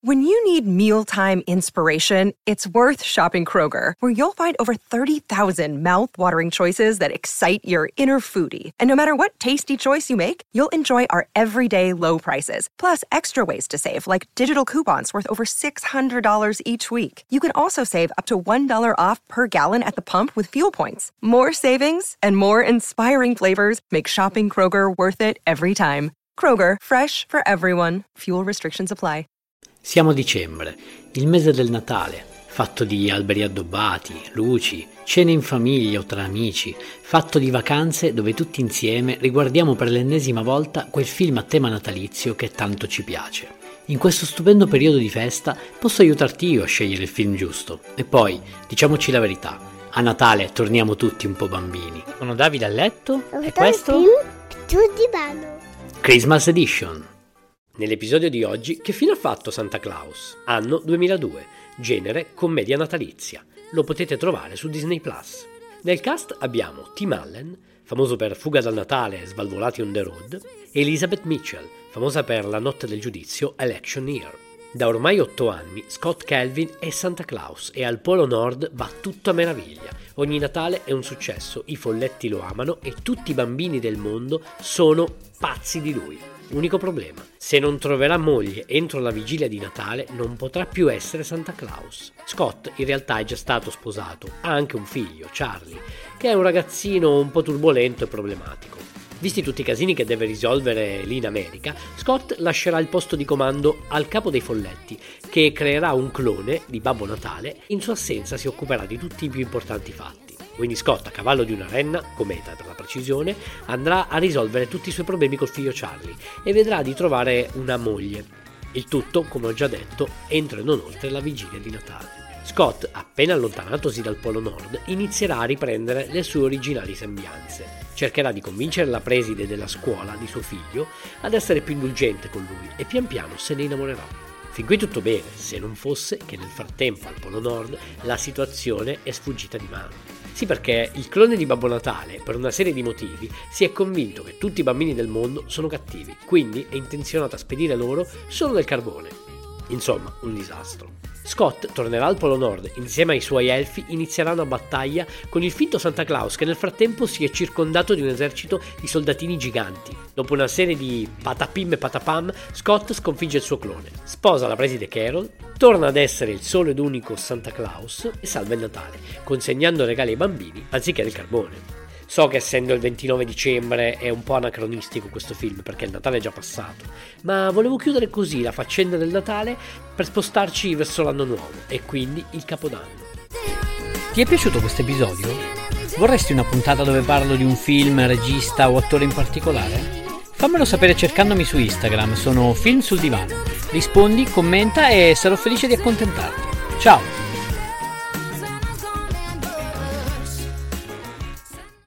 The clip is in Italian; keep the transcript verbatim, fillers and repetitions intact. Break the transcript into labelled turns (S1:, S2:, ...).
S1: When you need mealtime inspiration, it's worth shopping Kroger, where you'll find over thirty thousand mouth-watering choices that excite your inner foodie. And no matter what tasty choice you make, you'll enjoy our everyday low prices, plus extra ways to save, like digital coupons worth over six hundred dollars each week. You can also save up to one dollar off per gallon at the pump with fuel points. More savings and more inspiring flavors make shopping Kroger worth it every time. Kroger, fresh for everyone. Fuel restrictions apply.
S2: Siamo a dicembre, il mese del Natale, fatto di alberi addobbati, luci, cene in famiglia o tra amici, fatto di vacanze dove tutti insieme riguardiamo per l'ennesima volta quel film a tema natalizio che tanto ci piace. In questo stupendo periodo di festa posso aiutarti io a scegliere il film giusto. E poi, diciamoci la verità, a Natale torniamo tutti un po' bambini. Sono Davide a letto e questo?
S3: Tutti vanno.
S2: Christmas Edition. Nell'episodio di oggi, che fine ha fatto Santa Claus? Anno duemiladue, genere commedia natalizia. Lo potete trovare su Disney Plus. Nel cast abbiamo Tim Allen, famoso per Fuga dal Natale e Svalvolati on the Road, e Elizabeth Mitchell, famosa per La notte del giudizio, Election Year. Da ormai otto anni Scott Calvin è Santa Claus e al Polo Nord va tutto a meraviglia. Ogni Natale è un successo, i folletti lo amano e tutti i bambini del mondo sono pazzi di lui. Unico problema, se non troverà moglie entro la vigilia di Natale non potrà più essere Santa Claus. Scott in realtà è già stato sposato, ha anche un figlio, Charlie, che è un ragazzino un po' turbolento e problematico. Visti tutti i casini che deve risolvere lì in America, Scott lascerà il posto di comando al capo dei folletti, che creerà un clone di Babbo Natale e in sua assenza si occuperà di tutti i più importanti fatti. Quindi Scott, a cavallo di una renna, cometa per la precisione, andrà a risolvere tutti i suoi problemi col figlio Charlie e vedrà di trovare una moglie. Il tutto, come ho già detto, entro e non oltre la vigilia di Natale. Scott, appena allontanatosi dal Polo Nord, inizierà a riprendere le sue originali sembianze. Cercherà di convincere la preside della scuola di suo figlio ad essere più indulgente con lui e pian piano se ne innamorerà. Fin qui tutto bene, se non fosse che nel frattempo al Polo Nord la situazione è sfuggita di mano. Sì, perché il clone di Babbo Natale, per una serie di motivi, si è convinto che tutti i bambini del mondo sono cattivi, quindi è intenzionato a spedire loro solo del carbone. Insomma, un disastro. Scott tornerà al Polo Nord, insieme ai suoi elfi inizierà una battaglia con il finto Santa Claus che nel frattempo si è circondato di un esercito di soldatini giganti. Dopo una serie di patapim e patapam, Scott sconfigge il suo clone, sposa la preside Carol, torna ad essere il solo ed unico Santa Claus e salva il Natale, consegnando regali ai bambini anziché del carbone. So che essendo il ventinove dicembre è un po' anacronistico questo film perché il Natale è già passato, ma volevo chiudere così la faccenda del Natale per spostarci verso l'anno nuovo e quindi il Capodanno. Ti è piaciuto questo episodio? Vorresti una puntata dove parlo di un film, regista o attore in particolare? Fammelo sapere cercandomi su Instagram, sono Film sul Divano. Rispondi, commenta e sarò felice di accontentarti. Ciao!